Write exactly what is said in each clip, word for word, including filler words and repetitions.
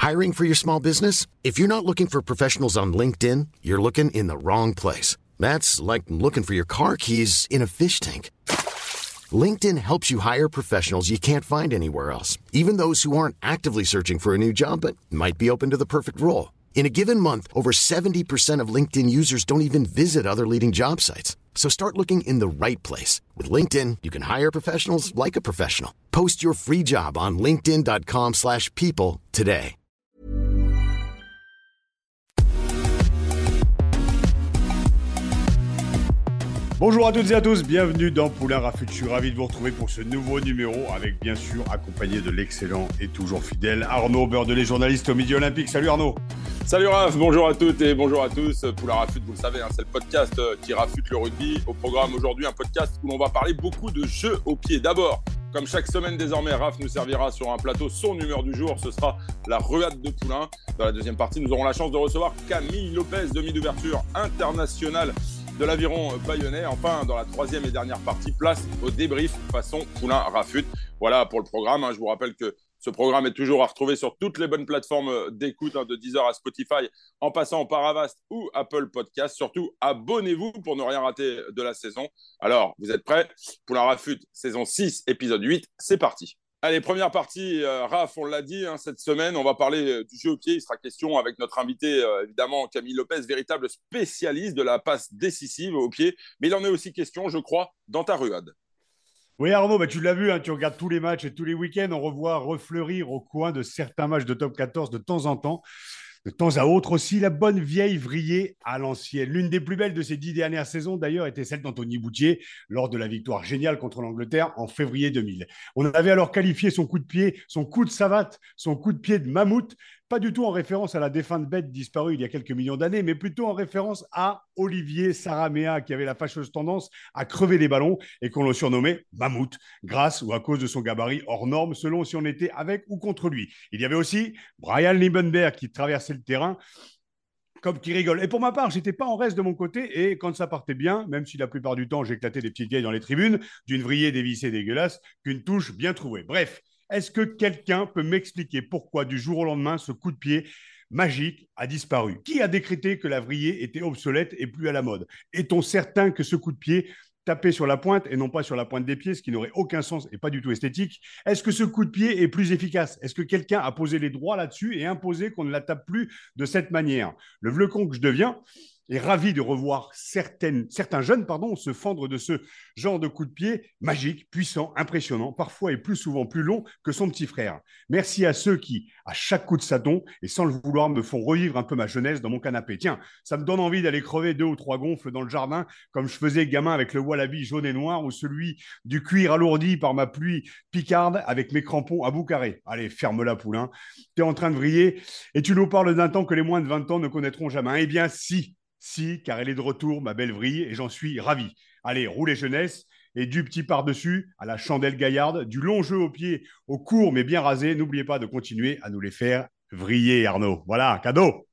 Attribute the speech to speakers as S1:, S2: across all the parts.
S1: Hiring for your small business? If you're not looking for professionals on LinkedIn, you're looking in the wrong place. That's like looking for your car keys in a fish tank. LinkedIn helps you hire professionals you can't find anywhere else, even those who aren't actively searching for a new job but might be open to the perfect role. In a given month, over seventy percent of LinkedIn users don't even visit other leading job sites. So start looking in the right place. With LinkedIn, you can hire professionals like a professional. Post your free job on linkedin.com slash people today.
S2: Bonjour à toutes et à tous, bienvenue dans Poulain Rafut. Je suis ravi de vous retrouver pour ce nouveau numéro avec bien sûr accompagné de l'excellent et toujours fidèle Arnaud Beurdelet, journaliste au Midi Olympique. Salut Arnaud.
S3: Salut Raph, bonjour à toutes et bonjour à tous. Poulain Rafut, vous le savez, hein, c'est le podcast qui rafute le rugby. Au programme aujourd'hui, un podcast où l'on va parler beaucoup de jeux au pied. D'abord, comme chaque semaine désormais, Raph nous servira sur un plateau son humeur du jour. Ce sera la ruade de Poulain. Dans la deuxième partie, nous aurons la chance de recevoir Camille Lopez, demi d'ouverture internationale de l'aviron bayonnais. Enfin, dans la troisième et dernière partie, place au débrief façon Poulain Rafut. Voilà pour le programme. Hein. Je vous rappelle que ce programme est toujours à retrouver sur toutes les bonnes plateformes d'écoute, hein, de Deezer à Spotify, en passant par Avast ou Apple Podcast. Surtout, abonnez-vous pour ne rien rater de la saison. Alors, vous êtes prêts? Poulain Rafut, saison six, épisode huit, c'est parti. Allez, première partie, euh, Raph, on l'a dit, hein, cette semaine, on va parler euh, du jeu au pied. Il sera question avec notre invité, euh, évidemment, Camille Lopez, véritable spécialiste de la passe décisive au pied. Mais il en est aussi question, je crois, dans ta ruade.
S2: Oui Arnaud, bah, tu l'as vu, hein, tu regardes tous les matchs et tous les week-ends, on revoit refleurir au coin de certains matchs de top quatorze de temps en temps. De temps à autre aussi, la bonne vieille vrillée à l'ancienne. L'une des plus belles de ces dix dernières saisons, d'ailleurs, était celle d'Anthony Boutier lors de la victoire géniale contre l'Angleterre en février deux mille. On avait alors qualifié son coup de pied, son coup de savate, son coup de pied de mammouth, pas du tout en référence à la défunte bête disparue il y a quelques millions d'années, mais plutôt en référence à Olivier Saramea, qui avait la fâcheuse tendance à crever les ballons et qu'on le surnommait mammouth, grâce ou à cause de son gabarit hors norme, selon si on était avec ou contre lui. Il y avait aussi Brian Liebenberg qui traversait le terrain comme qui rigole. Et pour ma part, j'étais pas en reste de mon côté, et quand ça partait bien, même si la plupart du temps j'éclatais des petites vieilles dans les tribunes, d'une vrillée dévissée dégueulasse qu'une touche bien trouvée. Bref, est-ce que quelqu'un peut m'expliquer pourquoi du jour au lendemain ce coup de pied magique a disparu? Qui a décrété que la vrillée était obsolète et plus à la mode? Est-on certain que ce coup de pied tapé sur la pointe et non pas sur la pointe des pieds, ce qui n'aurait aucun sens et pas du tout esthétique? Est-ce que ce coup de pied est plus efficace? Est-ce que quelqu'un a posé les droits là-dessus et imposé qu'on ne la tape plus de cette manière? Le vleucon que je deviens est ravi de revoir certaines, certains jeunes pardon, se fendre de ce genre de coup de pied magique, puissant, impressionnant, parfois et plus souvent plus long que son petit frère. Merci à ceux qui, à chaque coup de saton, et sans le vouloir, me font revivre un peu ma jeunesse dans mon canapé. Tiens, ça me donne envie d'aller crever deux ou trois gonfles dans le jardin, comme je faisais gamin avec le wallaby jaune et noir ou celui du cuir alourdi par ma pluie picarde avec mes crampons à bout carré. Allez, ferme-la, Poulain. T'es en train de vriller et tu nous parles d'un temps que les moins de vingt ans ne connaîtront jamais. Eh bien, si. Si, car elle est de retour, ma belle vrille, et j'en suis ravi. Allez, roulez jeunesse, et du petit par-dessus à la chandelle gaillarde, du long jeu au pied, au court mais bien rasé. N'oubliez pas de continuer à nous les faire vriller, Arnaud. Voilà, cadeau.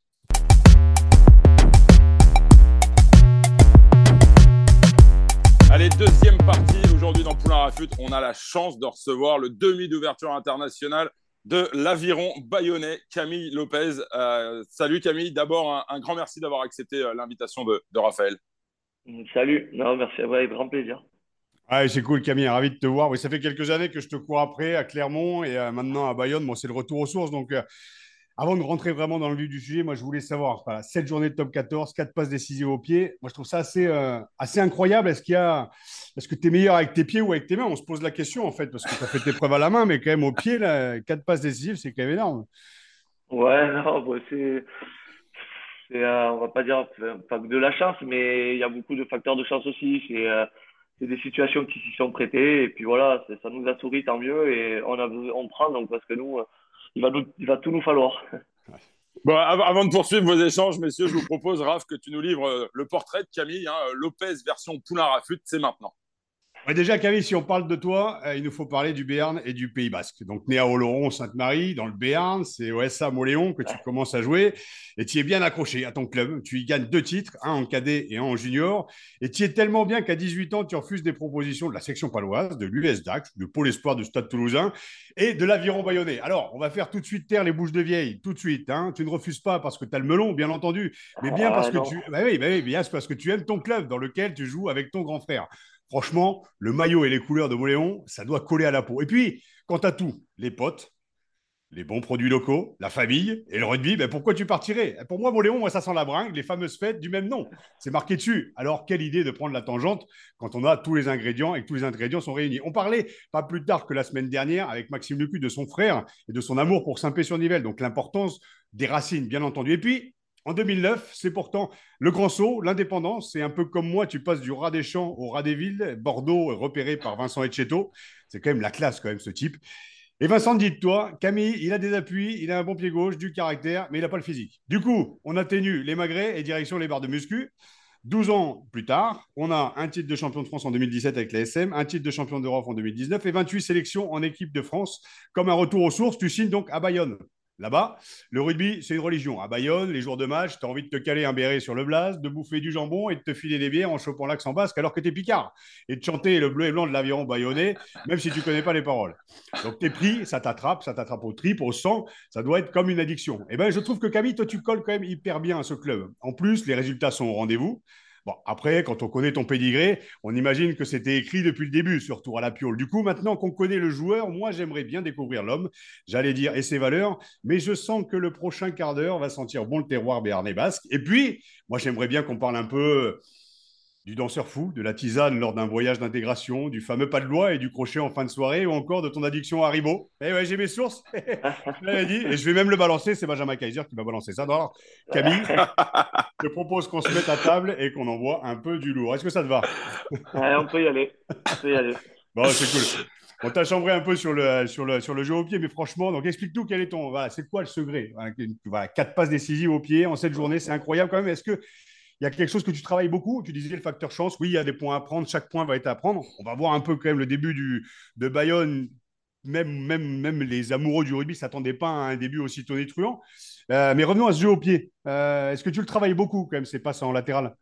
S3: Allez, deuxième partie. Aujourd'hui dans Poulain Rafut, on a la chance de recevoir le demi d'ouverture international de l'aviron bayonnais, Camille Lopez. Euh, salut Camille, d'abord un, un grand merci d'avoir accepté euh, l'invitation de, de Raphaël.
S4: Salut, non, merci à vous, avec grand plaisir.
S2: Ah, c'est cool Camille, ravi de te voir. Oui, ça fait quelques années que je te cours après à Clermont et euh, maintenant à Bayonne. Bon, c'est le retour aux sources. Donc, euh, avant de rentrer vraiment dans le vif du sujet, moi je voulais savoir, voilà, sept journées de top quatorze, quatre passes décisives au pied. Moi je trouve ça assez, euh, assez incroyable. Est-ce qu'il y a, est-ce que tu es meilleur avec tes pieds ou avec tes mains? On se pose la question en fait, parce que tu as fait tes preuves à la main, mais quand même au pied, là, quatre passes décisives, c'est quand même énorme.
S4: Ouais, non, bon, c'est, c'est euh, on va pas dire pas que de la chance, mais il y a beaucoup de facteurs de chance aussi. C'est, euh, c'est des situations qui s'y sont prêtées, et puis voilà, c'est- ça nous a souri, tant mieux, et on a, on prend, donc parce que nous, euh, il va nous, il va tout nous falloir.
S3: Bon, av- avant de poursuivre vos échanges, messieurs, je vous propose, Raph, que tu nous livres euh, le portrait de Camille, hein, Lopez version Poulain Rafut, c'est maintenant.
S2: Ouais, déjà, Camille, si on parle de toi, euh, il nous faut parler du Béarn et du Pays Basque. Donc, né à Oloron-Sainte-Marie, dans le Béarn, c'est O S A Moléon que tu commences à jouer et tu es bien accroché à ton club. Tu y gagnes deux titres, un en cadet et un en junior. Et tu es tellement bien qu'à dix-huit ans, tu refuses des propositions de la section paloise, de l'U S Dax, de Pôle Espoir du Stade Toulousain et de l'Aviron Bayonnais. Alors, on va faire tout de suite taire les bouches de vieille, tout de suite. Hein. Tu ne refuses pas parce que tu as le melon, bien entendu, mais bien parce
S4: Ah
S2: que
S4: non.
S2: tu, bah oui, bah oui, bien c'est parce que tu aimes ton club dans lequel tu joues avec ton grand frère. Franchement, le maillot et les couleurs de Moléon, ça doit coller à la peau. Et puis, quant à tout, les potes, les bons produits locaux, la famille et le rugby, ben pourquoi tu partirais? Pour moi, Moléon, moi, ça sent la bringue, les fameuses fêtes du même nom. C'est marqué dessus. Alors, quelle idée de prendre la tangente quand on a tous les ingrédients et que tous les ingrédients sont réunis. On parlait pas plus tard que la semaine dernière avec Maxime Lucu de son frère et de son amour pour Saint-Pé-sur-Nivelle. Donc, l'importance des racines, bien entendu. Et puis, en deux mille neuf, c'est pourtant le grand saut, l'indépendance. C'est un peu comme moi, tu passes du rat des champs au rat des villes. Bordeaux, repéré par Vincent Etcheto. C'est quand même la classe, quand même, ce type. Et Vincent dit de toi, Camille, il a des appuis, il a un bon pied gauche, du caractère, mais il n'a pas le physique. Du coup, on atténue les magrets et direction les barres de muscu. douze ans plus tard, on a un titre de champion de France en deux mille dix-sept avec la S M, un titre de champion d'Europe en deux mille dix-neuf et vingt-huit sélections en équipe de France. Comme un retour aux sources, tu signes donc à Bayonne. Là-bas, le rugby, c'est une religion. À Bayonne, les jours de match, tu as envie de te caler un béret sur le blase, de bouffer du jambon et de te filer des bières en chopant l'accent basque alors que tu es picard. Et de chanter le bleu et blanc de l'aviron bayonnais, même si tu ne connais pas les paroles. Donc, tu es pris, ça t'attrape, ça t'attrape au trip, au sang, ça doit être comme une addiction. Et ben, je trouve que Camille, toi, tu colles quand même hyper bien à ce club. En plus, les résultats sont au rendez-vous. Bon, après, quand on connaît ton pédigré, on imagine que c'était écrit depuis le début, surtout à la piole. Du coup, maintenant qu'on connaît le joueur, moi, j'aimerais bien découvrir l'homme, j'allais dire, et ses valeurs, mais je sens que le prochain quart d'heure va sentir bon le terroir béarnais basque. Et puis, moi, j'aimerais bien qu'on parle un peu du danseur fou, de la tisane lors d'un voyage d'intégration, du fameux pas de loi et du crochet en fin de soirée, ou encore de ton addiction à Haribo. Eh ouais, j'ai mes sources, je l'avais dit, et je vais même le balancer, c'est Benjamin Kaiser qui va balancer ça. Alors, Camille, je propose qu'on se mette à table et qu'on envoie un peu du lourd. Est-ce que ça te va?
S4: Ouais, on peut y aller. On peut y aller.
S2: Bon, c'est cool. On t'a chambré un peu sur le, sur, le, sur le jeu au pied, mais franchement, donc explique-nous quel est ton. Voilà, c'est quoi le secret? Voilà, voilà, quatre passes décisives au pied en cette journée, c'est incroyable quand même. Est-ce qu'il y a quelque chose que tu travailles beaucoup? Tu disais le facteur chance. Oui, il y a des points à prendre. Chaque point va être à prendre. On va voir un peu quand même le début du, de Bayonne. Même, même, même les amoureux du rugby ne s'attendaient pas à un début aussi tonitruant. Euh, mais revenons à ce jeu au pied. Euh, est-ce que tu le travailles beaucoup quand même, ces passes en latéral?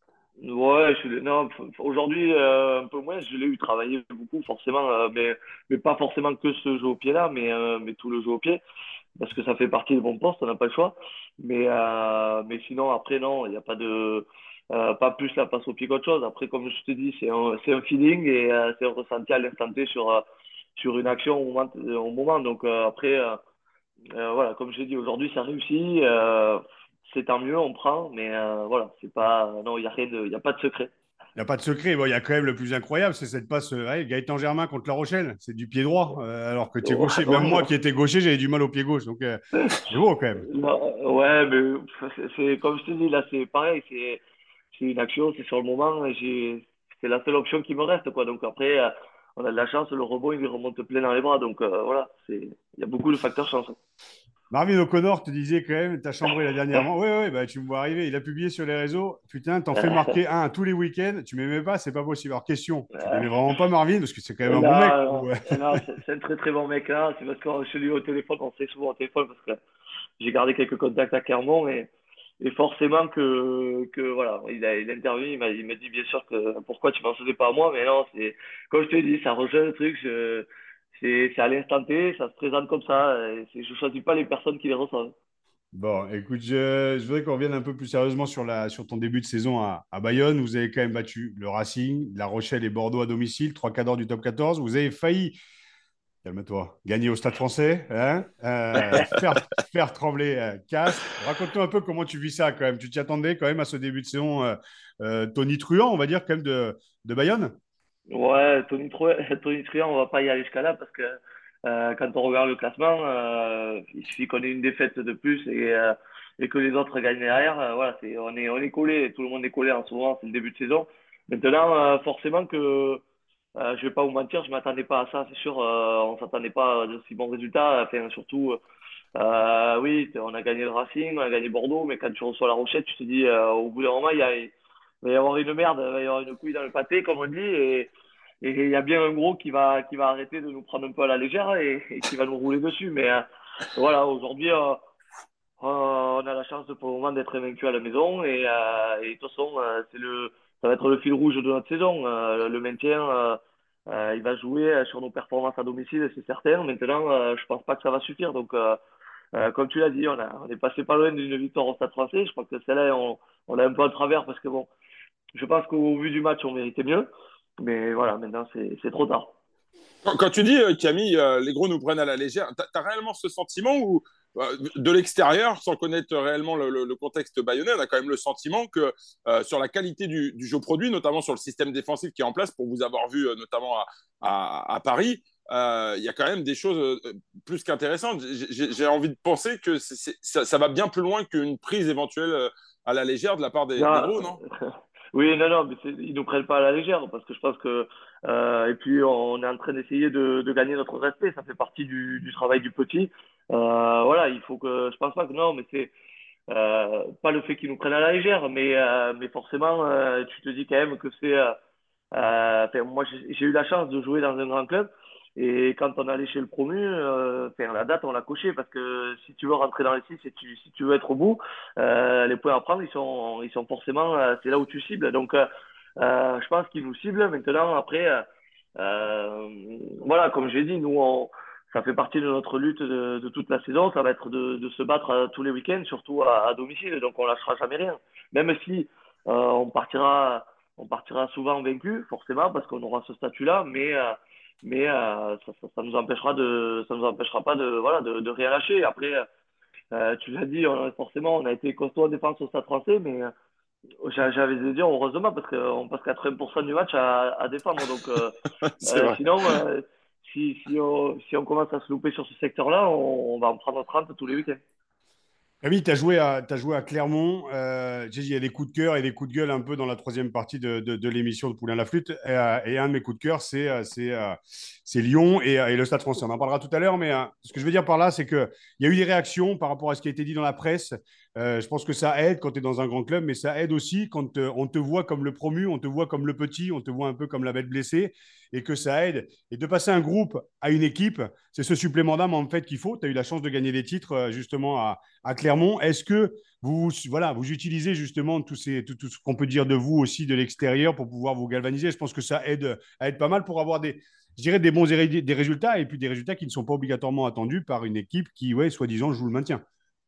S4: Ouais, je, l'ai- non, f- aujourd'hui, euh, un peu moins, je l'ai eu travaillé beaucoup, forcément, euh, mais, mais pas forcément que ce jeu au pied-là, mais, euh, mais tout le jeu au pied, parce que ça fait partie de mon poste, on n'a pas le choix. Mais, euh, mais sinon, après, non, il n'y a pas de, euh, pas plus la passe au pied qu'autre chose. Après, comme je te dis, c'est un, c'est un feeling et euh, c'est un ressenti à l'instant T sur, euh, sur une action au moment. Au moment. Donc, euh, après, euh, euh, voilà, comme j'ai dit, aujourd'hui, ça réussit. Euh, c'est tant mieux, on prend, mais euh, voilà, c'est pas, non, il n'y a rien de, il y a pas de secret.
S2: Il n'y a pas de secret. Bon, il y a quand même le plus incroyable, c'est cette passe euh, ouais, Gaëtan Germain contre La Rochelle. C'est du pied droit, euh, alors que tu es
S4: Ouais,
S2: gaucher. Même moi
S4: ouais.
S2: qui étais gaucher, j'avais du mal au pied gauche. Donc, euh, c'est beau quand même.
S4: Non, ouais, mais c'est c'est- comme je te dis, là, c'est pareil, c'est c'est une action, c'est sur le moment, et j'ai, c'est la seule option qui me reste, quoi. Donc après, euh, on a de la chance, le rebond, il lui remonte plein dans les bras. Donc euh, voilà, c'est, il y a beaucoup de facteurs chance.
S2: Marvin O'Connor te disait quand même, t'as chambré la dernièrement. Oui, oui, bah, tu me vois arriver. Il a publié sur les réseaux. Putain, t'en fais marquer un tous les week-ends. Tu m'aimais pas, c'est pas possible. Alors, question, tu m'aimais vraiment pas, Marvin, parce que c'est quand même un bon mec.
S4: Non,
S2: ou, euh,
S4: non, c'est c'est un très très bon mec là. C'est parce que je suis au téléphone, on s'est souvent au téléphone parce que j'ai gardé quelques contacts à Clermont et, et forcément que, que voilà, il a, il a intervenu, il m'a il m'a dit bien sûr que pourquoi tu m'en faisais pas à moi, mais non, c'est comme je te dis, ça rejoint le truc, je, c'est c'est à l'instant T, ça se présente comme ça, et c'est- je choisis pas les personnes qui les reçoivent.
S2: Bon, écoute, je, je voudrais qu'on revienne un peu plus sérieusement sur, la, sur ton début de saison à, à Bayonne. Vous avez quand même battu le Racing, La Rochelle et Bordeaux à domicile, trois cadors du top quatorze. Vous avez failli, calme-toi, gagner au Stade français, hein, euh, faire, faire trembler euh, Castres. Raconte-nous un peu comment tu vis ça quand même. Tu t'y attendais quand même à ce début de saison euh, euh, tonitruant, on va dire, quand même de, de Bayonne?
S4: Ouais, Tony Truant, Tony Truant, on va pas y aller jusqu'à là parce que euh, quand on regarde le classement, euh, il suffit qu'on ait une défaite de plus et, euh, et que les autres gagnent derrière. Euh, voilà, c'est, on est, on est collé, tout le monde est collé en ce moment, c'est le début de saison. Maintenant, euh, forcément que euh, je vais pas vous mentir, je m'attendais pas à ça, c'est sûr. Euh, on s'attendait pas à de si bons résultats. Enfin, surtout, euh, oui, on a gagné le Racing, on a gagné Bordeaux, mais quand tu reçois La Rochette, tu te dis euh, au bout d'un moment, il y a, il va y avoir une merde, il va y avoir une couille dans le pâté, comme on dit, et et il y a bien un gros qui va, qui va arrêter de nous prendre un peu à la légère et, et qui va nous rouler dessus. Mais euh, voilà, aujourd'hui, euh, euh, on a la chance pour le moment d'être vaincu à la maison et, euh, et de toute façon, euh, c'est le, ça va être le fil rouge de notre saison. Euh, le maintien, euh, euh, il va jouer euh, sur nos performances à domicile, c'est certain. Maintenant, euh, je pense pas que ça va suffire. Donc, euh, euh, comme tu l'as dit, on, a, on est passé pas loin d'une victoire au Stade Français. Je crois que celle-là, on, on a un peu à travers parce que bon, je pense qu'au vu du match, on méritait mieux. Mais voilà, maintenant, c'est, c'est trop tard.
S3: Quand, quand tu dis, euh, Camille, euh, les gros nous prennent à la légère, t'as, t'as réellement ce sentiment où, euh, de l'extérieur, sans connaître réellement le, le- le contexte bayonnais, on a quand même le sentiment que euh, sur la qualité du, du jeu produit, notamment sur le système défensif qui est en place, pour vous avoir vu euh, notamment à, à- à Paris, euh, il y a quand même des choses euh, plus qu'intéressantes. J'ai j'ai- j'ai envie de penser que c'est- c'est- ça, ça va bien plus loin qu'une prise éventuelle euh, à la légère de la part des, des
S4: Là,
S3: gros, non?
S4: oui, non, non, mais c'est- ils nous prennent pas à la légère parce que je pense que euh, et puis on est en train d'essayer de, de gagner notre respect. Ça fait partie du, du travail du petit. Euh, voilà, il faut que je pense pas que non, mais c'est euh, pas le fait qu'ils nous prennent à la légère, mais euh, mais forcément, euh, tu te dis quand même que c'est euh, euh, enfin, moi, j'ai j'ai eu la chance de jouer dans un grand club. Et quand on allait chez le promu, euh, enfin, la date, on l'a coché parce que si tu veux rentrer dans les six et tu, si tu veux être au bout, euh, les points à prendre, ils sont, ils sont forcément, euh, c'est là où tu cibles. Donc, euh, euh, je pense qu'ils nous ciblent. Maintenant, après, euh, euh, voilà, comme j'ai dit, nous, on, ça fait partie de notre lutte de, de toute la saison. Ça va être de, de se battre euh, tous les week-ends, surtout à, à domicile. Donc, on lâchera jamais rien. Même si euh, on partira on partira souvent vaincu, forcément, parce qu'on aura ce statut-là, mais, euh, mais euh, ça, ça, ça nous empêchera de, ça nous empêchera pas de, voilà, de, de rien lâcher. Après, euh, tu l'as dit, on, forcément, on a été costaud en défense au Stade Français, mais euh, j'a- j'avais de dire heureusement parce qu'on passe quatre-vingts pour cent du match à, à défendre. Donc, euh,
S3: C'est
S4: euh,
S3: vrai.
S4: sinon, euh, si, si, on, si on commence à se louper sur ce secteur-là, on, on va en prendre trente tous les week-ends.
S2: Camille, tu as joué à, t'as joué à Clermont. Euh, j'ai dit, il y a des coups de cœur et des coups de gueule un peu dans la troisième partie de, de, de l'émission de Poulain la Flûte. Et, euh, et un de mes coups de cœur, c'est euh, c'est euh, c'est Lyon et, euh, et le Stade français. On en parlera tout à l'heure, mais euh, ce que je veux dire par là, c'est qu'il y a eu des réactions par rapport à ce qui a été dit dans la presse. Euh, je pense que ça aide quand tu es dans un grand club, mais ça aide aussi quand euh, on te voit comme le promu, on te voit comme le petit, on te voit un peu comme la bête blessée, et que ça aide. Et de passer un groupe à une équipe, c'est ce supplément d'âme en fait qu'il faut. Tu as eu la chance de gagner des titres euh, justement à à Clermont. Est-ce que vous, voilà, vous utilisez justement tout, ces, tout, tout ce qu'on peut dire de vous aussi de l'extérieur pour pouvoir vous galvaniser? Je pense que ça aide, aide pas mal pour avoir des, je dirais, des bons des résultats et puis des résultats qui ne sont pas obligatoirement attendus par une équipe qui, ouais, soi-disant, joue le maintien.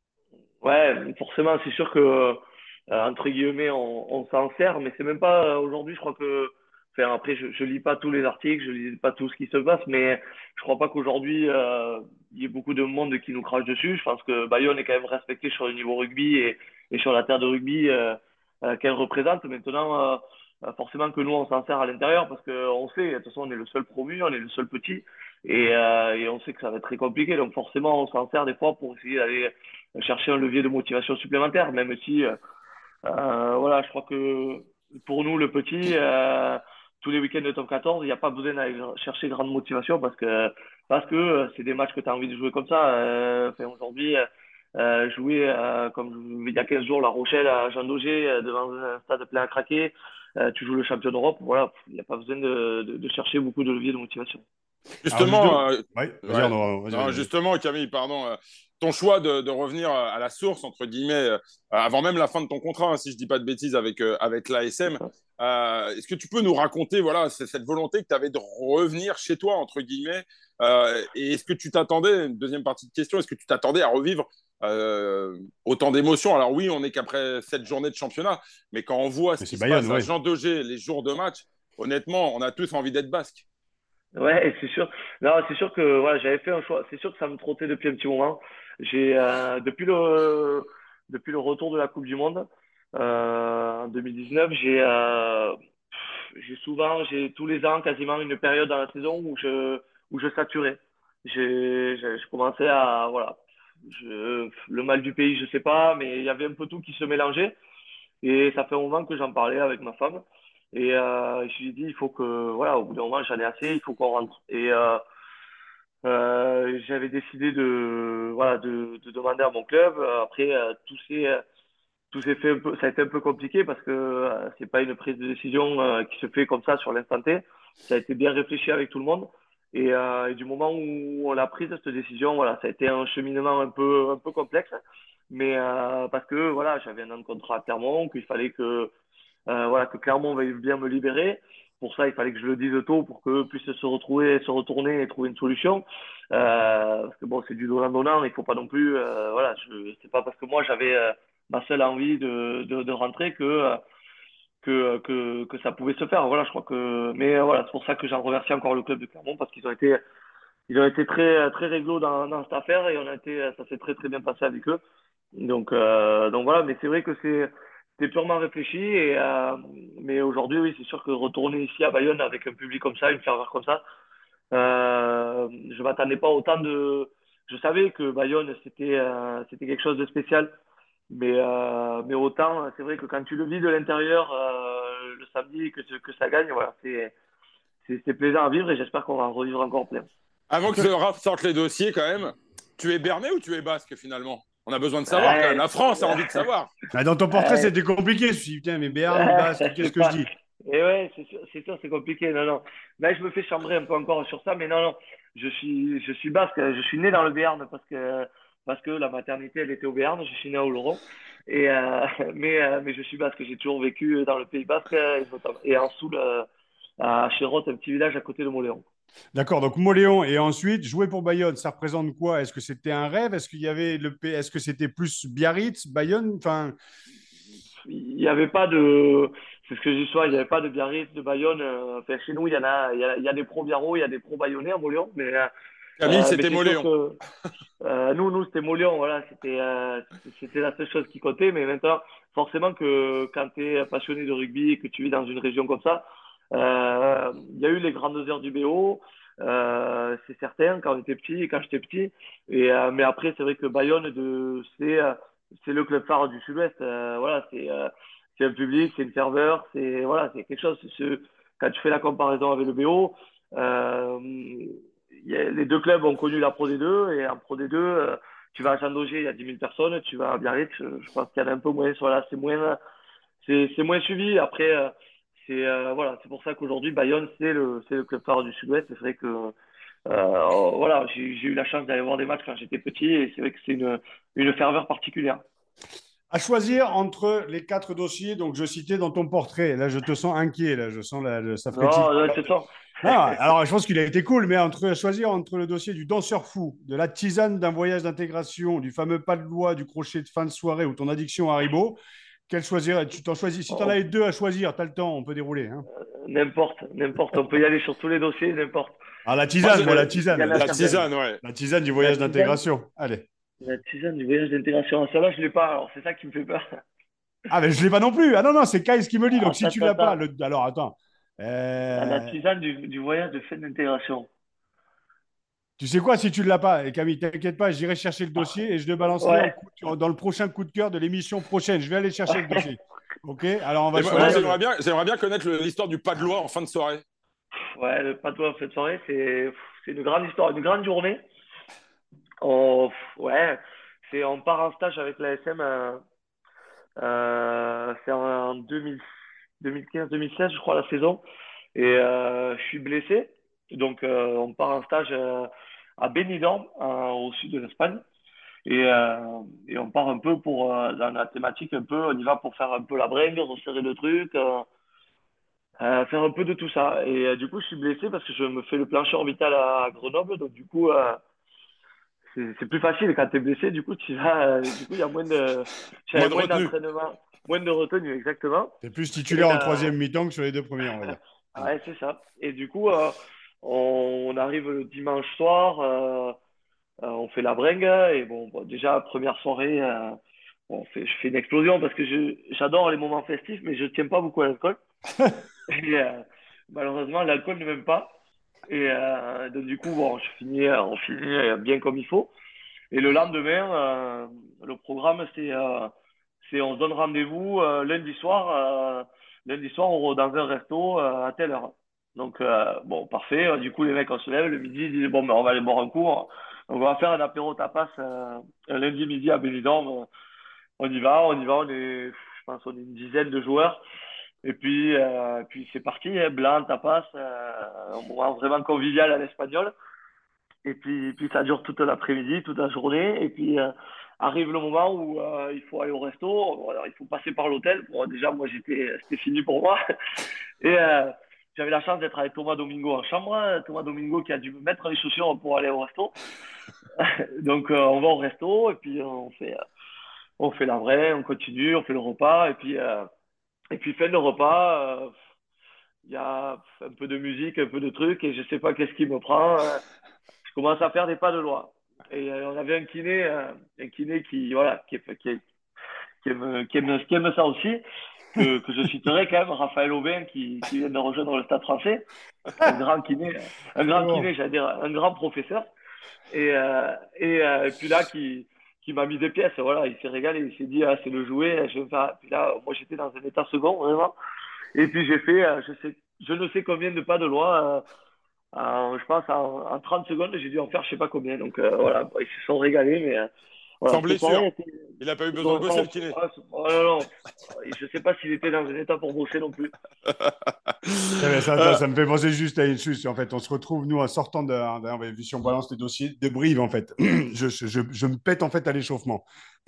S4: Ouais, forcément, c'est sûr que, euh, entre guillemets, on, on s'en sert, mais c'est même pas euh, aujourd'hui, je crois que, enfin, après, je, je lis pas tous les articles, je lis pas tout ce qui se passe, mais je crois pas qu'aujourd'hui, euh, il y ait beaucoup de monde qui nous crache dessus. Je pense que Bayonne est quand même respecté sur le niveau rugby et, et sur la terre de rugby euh, euh, qu'elle représente. Maintenant, euh, euh, forcément que nous, on s'en sert à l'intérieur parce que on sait, de toute façon, on est le seul promu, on est le seul petit, et, euh, et on sait que ça va être très compliqué. Donc forcément, on s'en sert des fois pour essayer d'aller chercher un levier de motivation supplémentaire, même si, euh, euh, voilà, je crois que pour nous, le petit, euh, tous les week-ends de top quatorze, il n'y a pas besoin d'aller chercher grande motivation parce que parce que euh, c'est des matchs que tu as envie de jouer comme ça. Euh, enfin, aujourd'hui, euh, euh, jouer euh, comme il y a quinze jours La Rochelle à Jean Daugé euh, devant un stade plein à craquer, euh, tu joues le champion d'Europe, voilà, il n'y a pas besoin de, de, de chercher beaucoup de leviers de motivation.
S2: Alors, juste deux.
S3: Justement, euh,
S2: Ouais, vas-y,
S3: ouais.
S2: Arnaud, vas-y,
S3: Non,
S2: vas-y, vas-y.
S3: justement, Camille, pardon, euh, ton choix de, de revenir euh, à la source, entre guillemets, euh, avant même la fin de ton contrat, hein, si je dis pas de bêtises, avec, euh, avec l'A S M, euh, est-ce que tu peux nous raconter voilà, c- cette volonté que tu avais de revenir chez toi, entre guillemets, euh, et est-ce que tu t'attendais, une deuxième partie de question, est-ce que tu t'attendais à revivre euh, autant d'émotions? Alors oui, on n'est qu'après cette journée de championnat, mais quand on voit ce
S2: Mais
S3: qui
S2: c'est
S3: se
S2: Bayonne,
S3: passe à
S2: oui.
S3: Jean Daugé les jours de match, honnêtement, on a tous envie d'être basque.
S4: Ouais, c'est sûr. Non, c'est sûr que voilà, j'avais fait un choix. C'est sûr que ça me trottait depuis un petit moment. J'ai euh, depuis le depuis le retour de la Coupe du Monde euh, en deux mille dix-neuf, j'ai euh, j'ai souvent, j'ai tous les ans quasiment une période dans la saison où je où je saturais. J'ai j'ai- je commençais à voilà, je, le mal du pays, je sais pas, mais il y avait un peu tout qui se mélangeait. Et ça fait un moment que j'en parlais avec ma femme. Et euh, je lui ai dit, il faut que, voilà, au bout d'un moment, j'en ai assez, il faut qu'on rentre. Et euh, euh, j'avais décidé de, voilà, de, de demander à mon club. Après, euh, tout s'est, euh, tout s'est fait un peu, ça a été un peu compliqué parce que euh, c'est pas une prise de décision euh, qui se fait comme ça sur l'instant T. ça a été bien réfléchi avec tout le monde. Et, euh, et du moment où on a pris cette décision, voilà, ça a été un cheminement un peu, un peu complexe. Mais euh, parce que voilà, j'avais un an de contrat à Clermont, qu'il fallait que, euh, voilà, que Clermont veuille bien me libérer. Pour ça, il fallait que je le dise tôt pour qu'eux puissent se retrouver, se retourner et trouver une solution. Euh, parce que bon, c'est du donnant-donnant, il faut pas non plus. Euh, voilà, je, c'est pas parce que moi j'avais euh, ma seule envie de, de, de rentrer que, euh, que, que, que ça pouvait se faire. Voilà, je crois que. Mais euh, voilà, c'est pour ça que j'en remercie encore le club de Clermont parce qu'ils ont été, ils ont été très, très réglo dans, dans cette affaire et on a été, ça s'est très très bien passé avec eux. Donc, euh, donc voilà, mais c'est vrai que c'est c'est purement réfléchi. Et, euh, mais aujourd'hui, oui, c'est sûr que retourner ici à Bayonne avec un public comme ça, une ferveur comme ça, euh, je m'attendais pas autant de. Je savais que Bayonne, c'était euh, c'était quelque chose de spécial. Mais, euh, mais autant, c'est vrai que quand tu le vis de l'intérieur euh, le samedi, que, que ça gagne, voilà, c'est c'est c'est plaisant à vivre et j'espère qu'on va en revivre encore plein.
S3: Avant que Raph sorte les dossiers, quand même, tu es berné ou tu es basque finalement? On a besoin de savoir quand même.
S4: Ouais,
S3: La France a envie de savoir.
S2: Ah, dans ton portrait,
S4: ouais,
S2: c'était compliqué. Je me suis dit, putain, mais Béarn,
S4: ouais,
S2: Basque, qu'est-ce
S4: c'est
S2: que je
S4: pas.
S2: dis?
S4: Et ouais, c'est sûr, c'est sûr, c'est compliqué. Non, non. Là, je me fais chambrer un peu encore sur ça, mais non, non. Je suis, je suis basque. Je suis né dans le Béarn parce que, parce que la maternité, elle était au Béarn. Je suis né à Oloron. Et, euh, mais, euh, mais je suis basque. J'ai toujours vécu dans le Pays basque et, notamment- et en Soule, euh, à Chérotte, un petit village à côté de Moléon.
S2: D'accord, donc Moléon et ensuite jouer pour Bayonne, ça représente quoi? Est-ce que c'était un rêve? Est-ce qu'il y avait le P- Est-ce que c'était plus Biarritz, Bayonne? Enfin,
S4: Il n'y avait pas de, c'est ce que je dis souvent, il n'y avait pas de Biarritz, de Bayonne. euh, Enfin, chez nous, il y en a, il y a, il y a des pro Biarro, il y a des pro Bayonnais à Moléon, mais, euh,
S3: Camille,
S4: euh, mais
S3: c'était
S4: c'est sûr
S3: Moléon.
S4: que euh, nous, nous, c'était Moléon, voilà, c'était, euh, c'était la seule chose qui comptait. Mais maintenant, forcément que quand tu es passionné de rugby et que tu vis dans une région comme ça, euh, il y a eu les grandes heures du B O. Euh, c'est certain quand on était petit et quand j'étais petit. Et euh, mais après, c'est vrai que Bayonne, de, c'est, euh, c'est le club phare du Sud-Ouest. Euh, voilà, c'est, euh, c'est un public, c'est une ferveur, c'est voilà, c'est quelque chose. C'est- quand tu fais la comparaison avec le B O, euh, il y a- les deux clubs ont connu la Pro D deux et en Pro D deux, euh, tu vas à Jean-Daugé, il y a dix mille personnes, tu vas à Biarritz, je, je pense qu'il y en a un peu moins. Voilà, c'est moins, c'est c'est moins suivi. Après, euh, c'est euh, voilà, c'est pour ça qu'aujourd'hui Bayonne c'est le c'est le club phare du Sud-Ouest. C'est vrai que euh, voilà, j'ai j'ai eu la chance d'aller voir des matchs quand j'étais petit et c'est vrai que c'est une une ferveur particulière.
S2: à choisir entre les quatre dossiers, donc je citais dans ton portrait, là je te sens inquiet, là je sens la, le- ça frétille.
S4: Non, non, c'est ça.
S2: Non, alors je pense qu'il a été cool, mais entre à choisir entre le dossier du danseur fou, de la tisane d'un voyage d'intégration, du fameux pas de loi, du crochet de fin de soirée ou ton addiction à Haribo, quel choisir? Tu t'en choisis. Si tu en
S4: Oh,
S2: as deux à choisir, tu as le temps, on peut dérouler, hein.
S4: n'importe, n'importe. On peut y aller sur tous les dossiers, n'importe.
S2: Ah, la
S3: Moi,
S2: tisane,
S3: je-
S2: moi, la
S4: Il y
S2: tisane.
S4: en a
S3: la
S4: certaines.
S3: tisane, ouais.
S2: La tisane du
S4: La
S2: voyage
S4: tisane,
S2: d'intégration. Allez.
S4: la tisane du voyage d'intégration. Celle-là, je l'ai pas. Alors c'est ça qui me fait peur.
S2: Ah, mais je ne l'ai pas non plus. Ah non, non, c'est Kais qui me le dit. Donc si
S4: Attends,
S2: tu
S4: attends,
S2: l'as pas,
S4: attends.
S2: le... alors attends.
S4: La
S2: Euh,
S4: tisane du, du voyage de fête d'intégration.
S2: Tu sais quoi, si tu ne l'as pas, et Camille, t'inquiète pas, j'irai chercher le dossier et je le balancerai en
S4: Ouais.
S2: coup de- dans le prochain coup de cœur de l'émission prochaine. Je vais aller chercher le dossier. OK? Alors on va
S3: Et moi, moi,
S2: choisir.
S4: Ouais.
S3: j'aimerais
S2: le-
S3: bien, j'aimerais bien connaître le- l'histoire du pas de loi en fin de soirée.
S4: Ouais, le patois en fin de soirée, c'est c'est une grande histoire, une grande journée. On, ouais, c'est on part en stage avec la S M. Euh, euh, c'est en deux mille, deux mille quinze, deux mille seize, je crois, la saison. Et euh, je suis blessé, donc euh, on part en stage euh, à Benidorm, euh, au sud de l'Espagne. Et, euh, et on part un peu pour euh, dans la thématique un peu, on y va pour faire un peu la bringue, resserrer le truc. Euh, euh, faire un peu de tout ça. Et euh, du coup, je suis blessé parce que je me fais le plancher orbital à Grenoble. Donc, du coup, euh, c'est c'est plus facile quand tu es blessé. Du coup, tu vas, euh, du coup, il y a moins de,
S3: Moins
S4: j'avais
S3: de
S4: moins
S3: retenue.
S4: d'entraînement, moins de retenue, exactement.
S2: C'est plus
S4: Et
S2: titulaire en
S4: euh,
S2: troisième mi-temps que sur les deux premiers, on va dire.
S4: ouais, c'est ça. Et du coup, euh, on, on arrive le dimanche soir, euh, euh, on fait la bringue. Et bon, bon, déjà, première soirée, euh, on fait, je fais une explosion parce que je, j'adore les moments festifs, mais je tiens pas beaucoup à l'alcool. Et euh, malheureusement, l'alcool ne m'aime pas. Et euh, donc, du coup, bon, je finis, euh, on finit euh, bien comme il faut. Et le lendemain, euh, le programme, c'est, euh, c'est on se donne rendez-vous euh, lundi soir. Euh, lundi soir, on va dans un resto euh, à telle heure. Donc, euh, bon, parfait. Euh, Du coup, les mecs, on se lève le midi, ils disent, bon, ben, on va aller boire un coup. On va faire un apéro tapas euh, un lundi midi à Benidorm. On y va, on y va. On est, je pense, on est une dizaine de joueurs. Et puis, euh, puis c'est parti, hein, blanc, tapas, euh, un moment vraiment convivial à l'espagnol. Et puis, puis ça dure toute l'après-midi, toute la journée. Et puis euh, arrive le moment où euh, il faut aller au resto. Bon, alors, il faut passer par l'hôtel. Bon, déjà, moi, j'étais, c'était fini pour moi. Et euh, j'avais la chance d'être avec Thomas Domingo en chambre, hein. Thomas Domingo qui a dû me mettre les chaussures pour aller au resto. Donc, euh, on va au resto et puis euh, on fait, euh, on fait la vraie, on continue, on fait le repas. Et puis, euh, et puis fin de repas, euh, il y a un peu de musique, un peu de trucs. Et je sais pas qu'est-ce qui me prend. euh, je commence à faire des pas de loi. Et euh, on avait un kiné, euh, un kiné qui, voilà, qui, qui, qui, aime, qui, aime, qui aime ça aussi, que, que je citerai quand même, Raphaël Aubin, qui, qui vient de rejoindre le Stade français, un grand kiné, un
S2: C'est
S4: grand
S2: bon.
S4: kiné, j'allais dire, un grand professeur. Et, euh, et, euh, et puis là, qui, qui m'a mis des pièces, voilà, il s'est régalé, il s'est dit, ah, c'est le jouet, je vais faire. Puis là, moi, j'étais dans un état second, vraiment. Et puis j'ai fait, euh, je sais, je ne sais combien de pas de loi. Euh, en- je pense en, en trente secondes, j'ai dû en faire je sais pas combien. Donc euh, voilà, bon, ils se sont régalés, mais euh,
S3: Sans
S4: voilà, cette soirée
S3: blessure.
S4: était.
S3: Il n'a pas eu besoin de
S4: Non,
S3: bosser,
S4: non,
S3: le kiné.
S4: ah, oh non, non. Je sais pas s'il était dans un état pour bosser non plus.
S2: Eh ben, ça, attends,
S3: Euh,
S2: ça me fait penser juste à une chose. En fait, on se retrouve, nous, en sortant de. On avait vu si on balance les dossiers de Brive, en fait. Je, je, je me pète, en fait, à l'échauffement.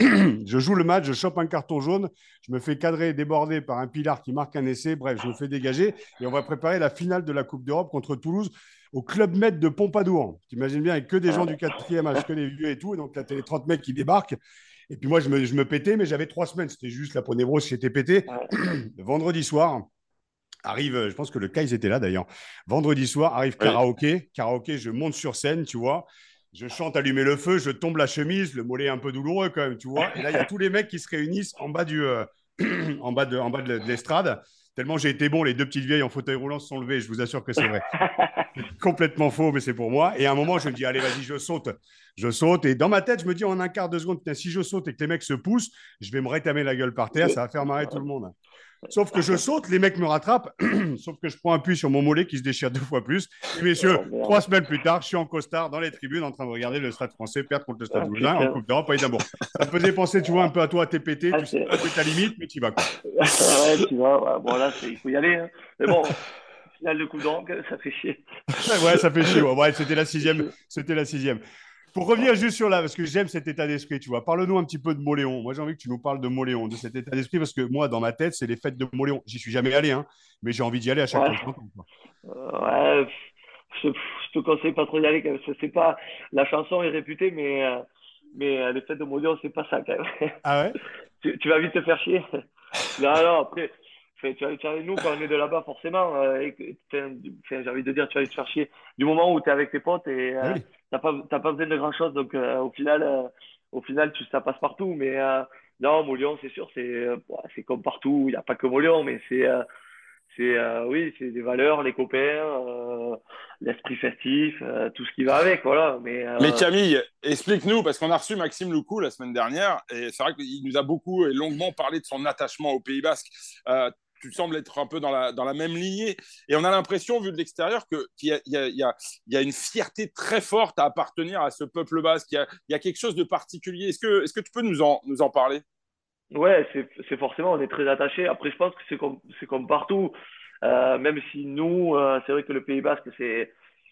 S2: Je joue le match, je chope un carton jaune, je me fais cadrer et déborder par un Pilar qui marque un essai. Bref, je me fais dégager et on va préparer la finale de la Coupe d'Europe contre Toulouse au Club Med de Pompadour. T'imagines bien, avec que des gens du quatrième âge, que des vieux et tout. Et donc, là, t'as les trente mecs qui débarquent. Et puis moi, je me, je me pétais, mais j'avais trois semaines. C'était juste la peau névrose, j'étais pété.
S4: Ouais.
S2: Le vendredi soir, arrive, je pense que le Kais était là d'ailleurs. Vendredi soir, arrive
S3: oui.
S2: karaoké. Karaoké, je monte sur scène, tu vois. Je chante Allumer le feu, je tombe la chemise, le mollet un peu douloureux quand même, tu vois. Et là, il y a tous les mecs qui se réunissent en bas, du, euh, en bas de, en bas de l'estrade. Tellement j'ai été bon, les deux petites vieilles en fauteuil roulant se sont levées. Je vous assure que c'est vrai. C'est complètement faux, mais c'est pour moi. Et à un moment, je me dis, allez, vas-y, je saute. Je saute. Et dans ma tête, je me dis en un quart de seconde, putain, si je saute et que les mecs se poussent, je vais me rétamer la gueule par terre. Ça va faire marrer tout le monde. Sauf que je saute, les mecs me rattrapent, sauf que je prends un puits sur mon mollet qui se déchire deux fois plus. Et messieurs,
S4: Oh
S2: trois
S4: merde.
S2: semaines plus tard, je suis en costard dans les tribunes en train de regarder le Stade français perdre contre le Stade
S4: Ah
S2: Toulousain en
S4: putain.
S2: Coupe d'Europe à Édimbourg. Ça me faisait penser, tu vois, un peu à toi, à T P T,
S4: Ah,
S2: tu sais
S4: c'est...
S2: pas où est ta limite, mais tu y vas, quoi.
S4: ouais, tu vois, ouais, bon là, c'est... il faut y aller, hein. Mais bon, finale de Coupe d'Europe, ça fait chier.
S2: Ouais, ça fait chier. Ouais, ouais, c'était la
S4: Ça fait
S2: sixième.
S4: chier.
S2: C'était la sixième. Pour revenir juste sur là, parce que j'aime cet état d'esprit, tu vois. Parle-nous un petit peu de Moléon. Moi, j'ai envie que tu nous parles de Moléon, de cet état d'esprit, parce que moi, dans ma tête, c'est les fêtes de Moléon. J'y suis jamais allé, hein, mais j'ai envie d'y aller à chaque
S4: Ouais,
S2: fois que je l'entends, quoi.
S4: euh, ouais, je, je te conseille pas trop d'y aller quand même. C'est pas, la chanson est réputée, mais, euh, mais euh, les fêtes de Modio, c'est pas ça quand même.
S2: Ah ouais?
S4: tu, tu vas vite te faire chier. Non, non, après, fait, tu vas, tu vas- nous, quand on est de là-bas, forcément, euh, et que- enfin, enfin, j'ai envie de dire, tu vas vite te faire chier. Du moment où tu es avec tes potes et
S2: Ah
S4: euh,
S2: oui.
S4: t'as pas, t'as pas besoin de grand-chose, donc euh, au final, euh, au final tu, ça passe partout. Mais euh, non, Molion, c'est sûr, c'est euh, ouais, c'est comme partout. Il n'y a pas que Molion, mais c'est euh, c'est euh, oui, c'est des valeurs, les copains, euh, l'esprit festif, euh, tout ce qui va avec, voilà. Mais
S3: Mais
S4: euh,
S3: Camille, explique-nous, parce qu'on a reçu Maxime Loucou la semaine dernière, et c'est vrai qu'il nous a beaucoup et longuement parlé de son attachement au Pays Basque. Euh, tu sembles être un peu dans la, dans la même lignée. Et on a l'impression, vu de l'extérieur, que, qu'il y a, il y a, il y a, il y a une fierté très forte à appartenir à ce peuple basque. Il y a, il y a quelque chose de particulier. Est-ce que, est-ce que tu peux nous en, nous en parler?
S4: ouais, c'est c'est forcément, on est très attaché. Après, je pense que c'est comme c'est comme partout. Euh, même si nous, euh, c'est vrai que le Pays Basque, c'est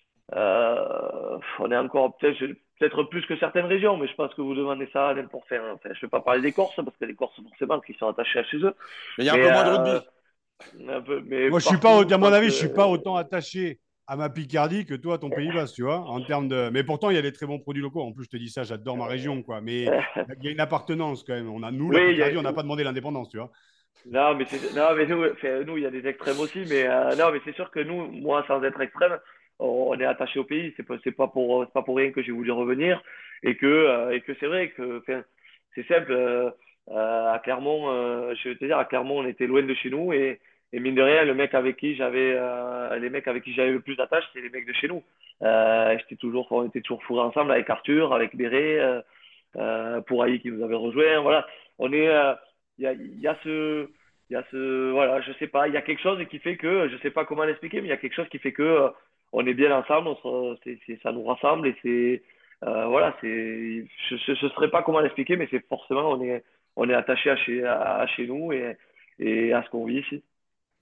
S4: euh, on est encore peut-être peut-être plus que certaines régions, mais je pense que vous demandez ça à n'importe enfin, enfin, je vais pas parler des Corses parce que les Corses forcément qui sont attachés à chez eux,
S3: Mais il y a un
S4: mais
S3: peu moins de
S4: euh,
S3: rugby.
S4: un peu, mais
S2: Moi, je suis pas, au-
S4: partout, je
S2: à mon
S4: pense
S2: avis,
S4: que
S2: je suis pas autant attaché à ma Picardie que toi à ton Pays Basque, tu vois, en termes de. Mais pourtant, il y a des très bons produits locaux. En plus, je te dis ça, j'adore ma région, quoi. Mais il y a une appartenance quand même. On a nous, la
S4: oui, il y
S2: Picardie, on
S4: a-
S2: n'a pas demandé l'indépendance, tu vois.
S4: non, mais c'est, non, mais nous, enfin, nous, il y a des extrêmes aussi, mais euh, non, mais c'est sûr que nous, moi, sans être extrême, on, on est attaché au pays. C'est pas, c'est pas pour, c'est pas pour rien que j'ai voulu revenir et que, euh, et que c'est vrai que, enfin, c'est simple. Euh, euh, à Clermont, euh, je vais te dire, à Clermont, on était loin de chez nous et, et mine de rien, le mec avec qui j'avais, euh, les mecs avec qui j'avais le plus d'attache, c'est les mecs de chez nous. Euh, j'étais toujours, on était toujours fourrés ensemble avec Arthur, avec Béré, euh, euh, Pourailly qui nous avait rejoint. Voilà, on est, euh, il y a, il y a ce, il y a ce, voilà, je sais pas, il y a quelque chose qui fait que, je sais pas comment l'expliquer, mais il y a quelque chose qui fait que euh, on est bien ensemble, on se, c'est, c'est, ça nous rassemble et c'est, euh, voilà, c'est, je, je, je saurais pas comment l'expliquer, mais c'est forcément, on est, on est attaché à chez, à, à chez nous et, et à ce qu'on vit ici.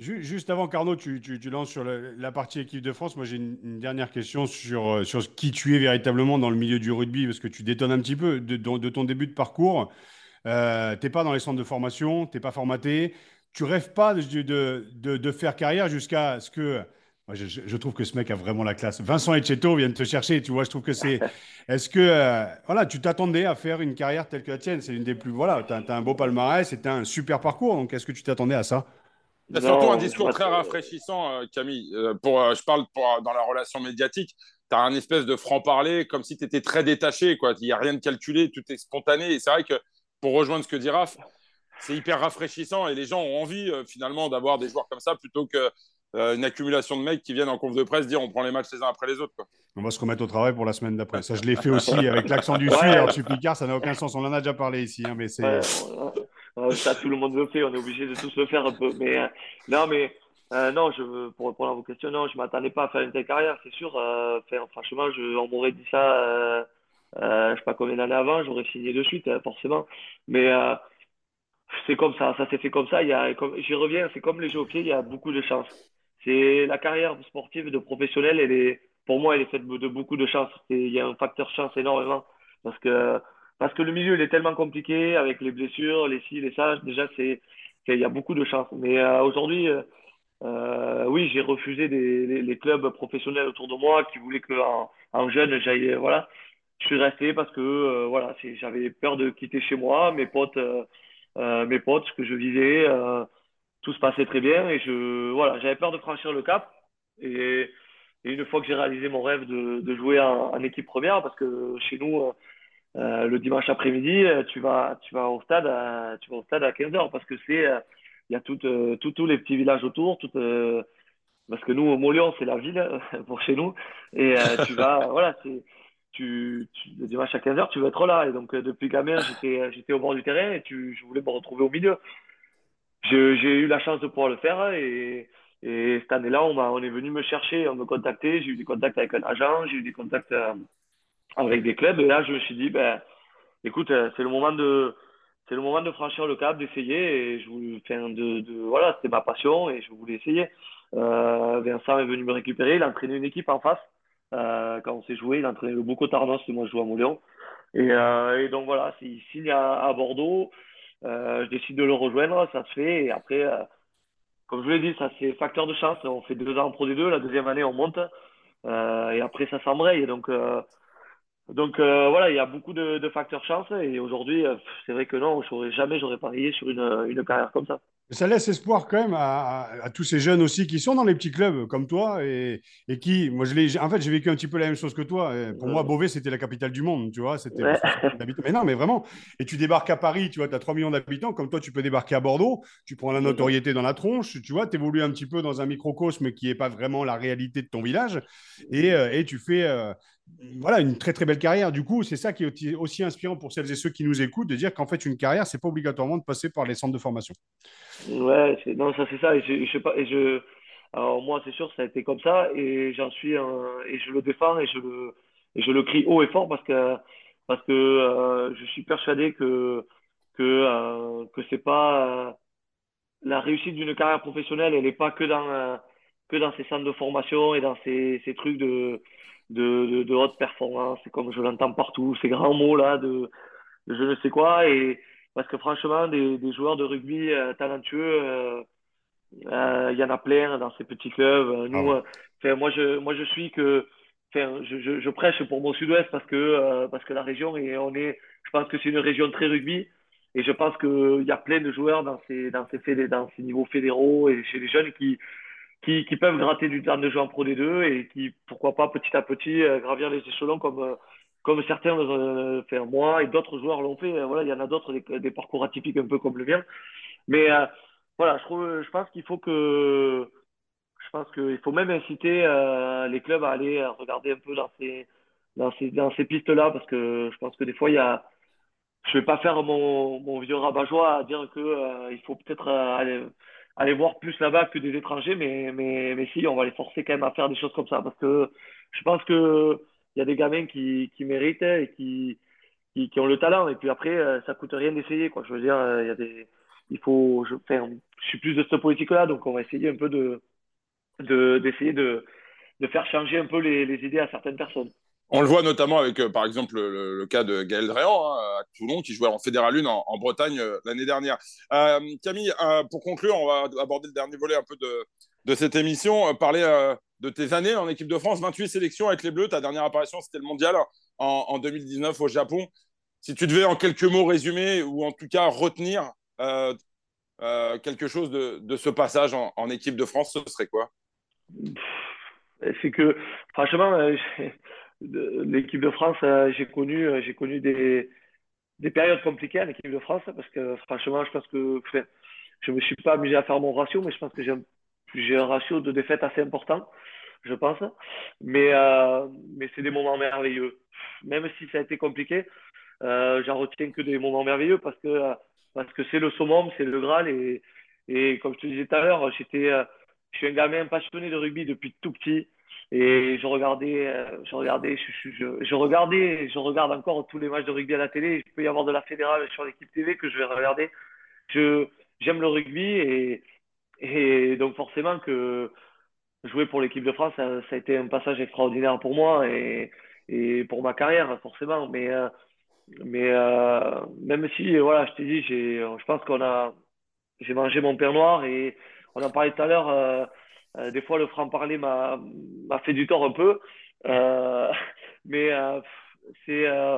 S2: Juste avant qu'Arnaud, tu, tu, tu lances sur le- la partie équipe de France, moi j'ai une, une dernière question sur, euh, sur qui tu es véritablement dans le milieu du rugby, parce que tu détonnes un petit peu de, de- de ton début de parcours. Euh, t'es pas dans les centres de formation, t'es pas formaté. Tu rêves pas de, de, de- de faire carrière jusqu'à ce que. Moi, je, je- je trouve que ce mec a vraiment la classe. Vincent Etcheto vient de te chercher, tu vois. Je trouve que c'est. Est-ce que euh, voilà, tu t'attendais à faire une carrière telle que la tienne? C'est une des plus. Voilà, t'as, t'as un beau palmarès et t'as un super parcours. Donc, est-ce que tu t'attendais à ça?
S3: Il y a surtout un
S4: Non, je
S3: discours très
S4: m'att-
S3: rafraîchissant, euh, Camille. Euh, pour, euh, je parle pour, euh, dans la relation médiatique. Tu as un espèce de franc-parler, comme si tu étais très détaché. Quoi. Il n'y a rien de calculé, tout est spontané. Et c'est vrai que, pour rejoindre ce que dit Raph, c'est hyper rafraîchissant et les gens ont envie, euh, finalement, d'avoir des joueurs comme ça plutôt qu'une euh, accumulation de mecs qui viennent en conf de presse dire on prend les matchs les uns après les autres. Quoi.
S2: On va se remettre au travail pour la semaine d'après. Ça, je l'ai fait aussi avec l'accent du Sud. Alors,
S4: Ouais,
S2: tu Picard, ça n'a aucun sens. On en a déjà parlé ici, hein, mais c'est.
S4: ouais, ouais. Euh, ça, tout le monde le fait, on est obligé de tous le faire un peu. Mais euh, non, mais euh, non, je, pour répondre à vos questions, non, je m'attendais pas à faire une telle carrière, c'est sûr. Euh, enfin, franchement, je, on m'aurait dit ça, euh, euh, je sais pas combien d'années avant, j'aurais signé de suite, euh, forcément. Mais euh, c'est comme ça, ça s'est fait comme ça. Il y a, comme, j'y reviens, c'est comme les jeux hockey, il y a beaucoup de chance. C'est la carrière sportive de professionnel, elle est, pour moi, elle est faite de beaucoup de chance. C'est- Il y a un facteur chance énormément parce que parce que le milieu il est tellement compliqué avec les blessures, les ci, les ça. Déjà, c'est, c'est- il y a beaucoup de chance. Mais euh, aujourd'hui, euh, euh, oui, j'ai refusé des, les, les clubs professionnels autour de moi qui voulaient que en, en jeune, j'aille, voilà. Je suis resté parce que euh, voilà, c'est- j'avais peur de quitter chez moi, mes potes. euh, euh, mes potes, ce que je vivais, euh, tout se passait très bien et je, voilà, j'avais peur de franchir le cap. Et, et une fois que j'ai réalisé mon rêve de, de jouer en, en équipe première, parce que chez nous, euh, euh, le dimanche après-midi, euh, tu vas, tu vas au stade à, tu vas au stade à quinze heures parce que c'est, euh, il y a tout, euh, tout- tous les petits villages autour, tout, euh, parce que nous, Molion, c'est la ville pour chez nous. Et euh, tu vas, voilà, c'est, tu, tu, le dimanche à quinze heures, tu vas être là. Et donc, euh, depuis gamin, j'étais, j'étais au bord du terrain et tu, je voulais me retrouver au milieu. Je- J'ai eu la chance de pouvoir le faire et, et cette année-là, on m'a, on est venu me chercher, on me contactait. J'ai eu des contacts avec un agent, j'ai eu des contacts euh, avec des clubs. Et là, je me suis dit, ben, écoute, euh, c'est le moment de, c'est le moment de franchir le cap, d'essayer. Et je voulais, enfin, de, de, voilà, c'était ma passion et je voulais essayer. Euh, Vincent est venu me récupérer. Il a entraîné une équipe en face. Euh, quand on s'est joué, il a entraîné le Bocaux Tarnos et moi je joue à Montléon. Et, euh, et donc voilà, il signe à, à Bordeaux. Euh, je décide de le rejoindre, ça se fait. Et après, euh, comme je vous l'ai dit, ça c'est facteur de chance. On fait deux ans en Pro D deux, la deuxième année on monte. Euh, et après ça s'embraye. Donc, euh, donc euh, voilà, il y a beaucoup de, de facteurs chance et aujourd'hui, euh, c'est vrai que non, j'aurais jamais j'aurais parié sur une, une carrière comme ça.
S2: Ça laisse espoir quand même à, à- à tous ces jeunes aussi qui sont dans les petits clubs comme toi et, et qui, moi, je l'ai, j'ai- en fait, j'ai vécu un petit peu la même chose que toi. Et pour moi,
S4: Euh,
S2: Beauvais, c'était la capitale du monde, tu vois, c'était
S4: ouais.
S2: soixante mille habitants. Mais non, mais vraiment. Et tu débarques à Paris, tu vois, tu as trois millions d'habitants, comme toi, tu peux débarquer à Bordeaux, tu prends la
S4: C'est ça.
S2: notoriété dans la tronche, tu vois, tu évolues un petit peu dans un microcosme qui n'est pas vraiment la réalité de ton village et, euh, et tu fais, euh, voilà, une très très belle carrière. Du coup, c'est ça qui est aussi aussi inspirant pour celles et ceux qui nous écoutent de dire qu'en fait, une carrière, c'est pas obligatoirement de passer par les centres de formation.
S4: Ouais, c'est, non, ça c'est ça. Et je, je sais pas, et je, alors moi c'est sûr, ça a été comme ça et j'en suis un, et je le défends et je le, et je le crie haut et fort parce que, parce que euh, je suis persuadé que, que, euh, que c'est pas euh, la réussite d'une carrière professionnelle, elle n'est pas que dans, euh, que dans ces centres de formation et dans ces, ces trucs de, de, de, de haute performance, c'est comme je l'entends partout, ces grands mots là de, de je ne sais quoi et parce que franchement, des, des joueurs de rugby euh, talentueux. euh, euh, Il y en a plein dans ces petits clubs. Euh,
S2: Ah
S4: Nous,
S2: ouais.
S4: euh, enfin, moi, je, moi, je suis que, enfin, je, je, je prêche pour mon sud-ouest parce que, euh, parce que la région et on est, je pense que c'est une région très rugby et je pense qu'il y a plein de joueurs dans ces, dans ces fédé- dans ces niveaux fédéraux et chez les jeunes qui, qui, qui peuvent gratter du temps de jeu en Pro D deux et qui, pourquoi pas, petit à petit, euh, gravir les échelons comme, euh, comme certains, euh, enfin, moi et d'autres joueurs l'ont fait. Euh, Voilà, il y en a d'autres, des, des parcours atypiques un peu comme le mien. Mais euh, voilà, je trouve, je pense qu'il faut que, je pense qu'il faut même inciter euh, les clubs à aller euh, regarder un peu dans ces, dans ces, dans ces pistes-là, parce que je pense que des fois, il y a, je vais pas faire mon, mon vieux rabat-joie à dire que euh, il faut peut-être euh, aller, aller voir plus là-bas que des étrangers, mais, mais, mais si, on va les forcer quand même à faire des choses comme ça, parce que je pense que il y a des gamins qui, qui méritent et qui, qui, qui ont le talent, et puis après, euh, ça coûte rien d'essayer, quoi. Je veux dire, euh, il y a des il faut, je, enfin, je suis plus de cette politique-là, donc on va essayer un peu de, de, d'essayer de, de faire changer un peu les, les idées à certaines personnes.
S3: On le voit notamment avec, euh, par exemple, le, le cas de Gaël Dréan, hein, à Toulon, qui jouait en Fédéral un en, en Bretagne euh, l'année dernière. Euh, Camille, euh, pour conclure, on va aborder le dernier volet un peu de, de cette émission, euh, parler euh, de tes années en équipe de France, vingt-huit sélections avec les Bleus. Ta dernière apparition, c'était le mondial en, en deux mille dix-neuf au Japon. Si tu devais en quelques mots résumer, ou en tout cas retenir euh, euh, quelque chose de, de ce passage en, en équipe de France, ce serait quoi?
S4: C'est que, franchement, euh, l'équipe de France, euh, j'ai connu, euh, j'ai connu des, des périodes compliquées en équipe de France parce que, franchement, je pense que enfin, je me suis pas amusé à faire mon ratio, mais je pense que j'ai un, j'ai un ratio de défaite assez important, je pense. Mais, euh, mais c'est des moments merveilleux. Même si ça a été compliqué, euh, j'en retiens que des moments merveilleux parce que, euh, parce que c'est le summum, c'est le Graal. Et, et comme je te disais tout à l'heure, j'étais, euh, je suis un gamin passionné de rugby depuis tout petit. Et je regardais, euh, je regardais, je, je, je, je regardais, je regarde encore tous les matchs de rugby à la télé. Il peut y avoir de la fédérale sur l'équipe T V que je vais regarder. Je, j'aime le rugby et, et donc forcément que jouer pour l'équipe de France, ça, ça a été un passage extraordinaire pour moi et, et pour ma carrière forcément. Mais euh, mais euh, même si, voilà, je t'ai dit, j'ai, je pense qu'on a, j'ai mangé mon pain noir et on en parlait tout à l'heure. Euh, euh, des fois, le franc-parler m'a, m'a fait du tort un peu. Euh, mais euh, c'est, euh,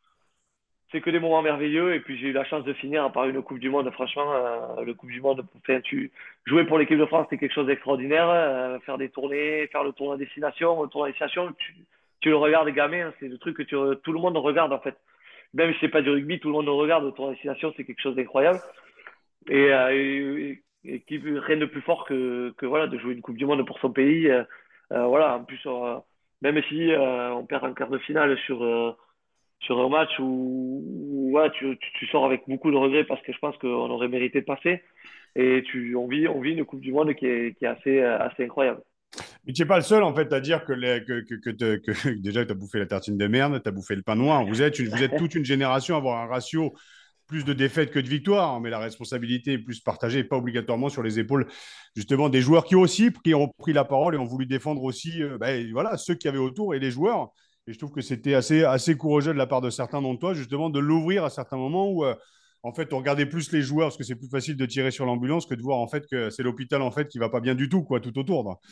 S4: c'est que des moments merveilleux. Et puis, j'ai eu la chance de finir par une Coupe du Monde. Franchement, euh, le Coupe du Monde, enfin, tu, jouer pour l'équipe de France, c'est quelque chose d'extraordinaire. Euh, faire des tournées, faire le tournoi à destination, le tournoi à destination, tu, tu le regardes gamin, hein, c'est le truc que tu, tout le monde regarde en fait. Même si c'est pas du rugby, tout le monde le regarde. Le tournoi à destination, c'est quelque chose d'incroyable. Et, euh, et, et qui, rien de plus fort que, que voilà, de jouer une Coupe du Monde pour son pays. Euh, euh, voilà, en plus, euh, même si euh, on perd en quart de finale sur, euh, sur un match où, où ouais, tu, tu, tu sors avec beaucoup de regrets parce que je pense qu'on aurait mérité de passer. Et tu, on vit, on vit une Coupe du Monde qui est, qui est assez, euh, assez incroyable.
S2: Mais tu n'es pas le seul, en fait, à dire que, les, que, que, que, te- que déjà, tu as bouffé la tartine de merde, tu as bouffé le pain noir. Vous êtes, une, vous êtes toute une génération à avoir un ratio plus de défaites que de victoires, mais la responsabilité est plus partagée et pas obligatoirement sur les épaules, justement, des joueurs qui aussi qui ont pris la parole et ont voulu défendre aussi euh, ben, voilà, ceux qui avaient autour et les joueurs. Et je trouve que c'était assez, assez courageux de la part de certains d'entre toi, justement, de l'ouvrir à certains moments où, euh, en fait, on regardait plus les joueurs parce que c'est plus facile de tirer sur l'ambulance que de voir, en fait, que c'est l'hôpital, en fait, qui va pas bien du tout, quoi, tout autour. Donc.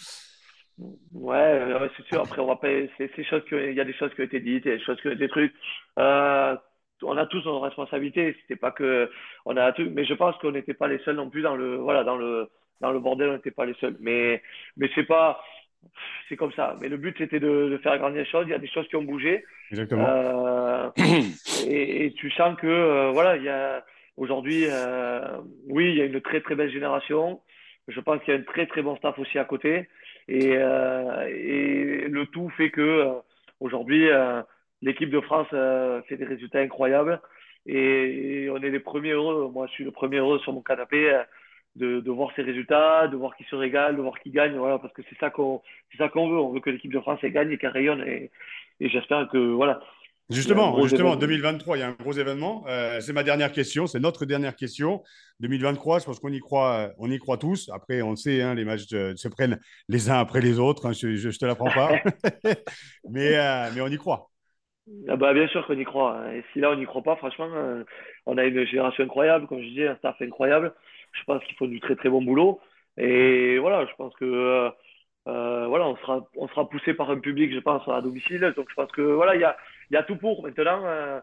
S4: Ouais, ouais, c'est sûr. Après, on va pas, c'est, c'est choses que, il y a des choses qui ont été dites, il y a des choses que, des trucs. Euh, on a tous nos responsabilités. C'était pas que, on a tout, mais je pense qu'on n'était pas les seuls non plus dans le, voilà, dans le, dans le bordel, on n'était pas les seuls. Mais, mais c'est pas, c'est comme ça. Mais le but, c'était de, de faire grandir les choses. Il y a des choses qui ont bougé.
S2: Exactement.
S4: Euh, et, et tu sens que, euh, voilà, il y a, aujourd'hui, euh, oui, il y a une très, très belle génération. Je pense qu'il y a un très, très bon staff aussi à côté. Et, euh, et le tout fait que euh, aujourd'hui, euh, l'équipe de France euh, fait des résultats incroyables et, et on est les premiers heureux. Moi, je suis le premier heureux sur mon canapé euh, de, de voir ces résultats, de voir qui se régale, de voir qui gagne. Voilà, parce que c'est ça qu'on, c'est ça qu'on veut. On veut que l'équipe de France elle gagne et qu'elle rayonne. Et, et j'espère que voilà, il y a un
S2: Justement,
S4: gros
S2: justement,
S4: événement.
S2: deux mille vingt-trois, il y a un gros événement. Euh, c'est ma dernière question, c'est notre dernière question. deux mille vingt-trois, je pense qu'on y croit, euh, on y croit tous. Après, on le sait, hein, les matchs euh, se prennent les uns après les autres. Hein, je ne te l'apprends pas. mais, euh, mais on y croit.
S4: Ah bah, bien sûr qu'on y croit, hein. Et si là on n'y croit pas, franchement, euh, on a une génération incroyable, comme je disais, un staff incroyable. Je pense qu'ils font du très très bon boulot. Et voilà, je pense que euh, euh, voilà, on sera on sera poussé par un public, je pense, à domicile. Donc je pense que voilà, il y a il y a tout pour. Maintenant, euh,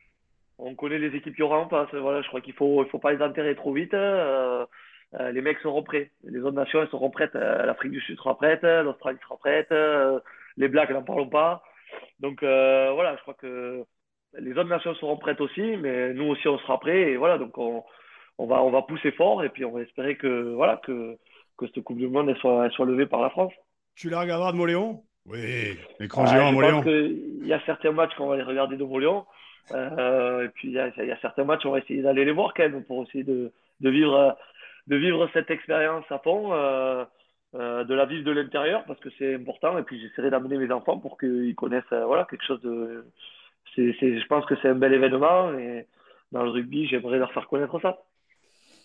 S4: on connaît les équipes qui aura en face. Voilà, je crois qu'il faut il faut pas les enterrer trop vite. Euh, euh, les mecs seront prêts. Les autres nations elles seront prêtes. Euh, L'Afrique du Sud sera prête, l'Australie sera prête, euh, les Blacks n'en parlons pas. Donc euh, voilà, je crois que les autres nations seront prêtes aussi, mais nous aussi on sera prêts. Et voilà, donc on, on va on va pousser fort et puis on va espérer que voilà que que cette Coupe du Monde elle soit elle soit levée par la France.
S2: Tu la regarderas de Moléon? Oui, l'écran
S4: Euh,
S2: géant à
S4: je pense
S2: Moléon.
S4: qu'il y a certains matchs qu'on va les regarder de Montléon. Euh, et puis il y a, il y a certains matchs on va essayer d'aller les voir quand même pour essayer de, de vivre de vivre cette expérience à fond, euh, euh, de la vivre de l'intérieur parce que c'est important. Et puis j'essaierai d'amener mes enfants pour qu'ils connaissent euh, voilà quelque chose de c'est, c'est, je pense que c'est un bel événement et dans le rugby, j'aimerais leur faire connaître ça.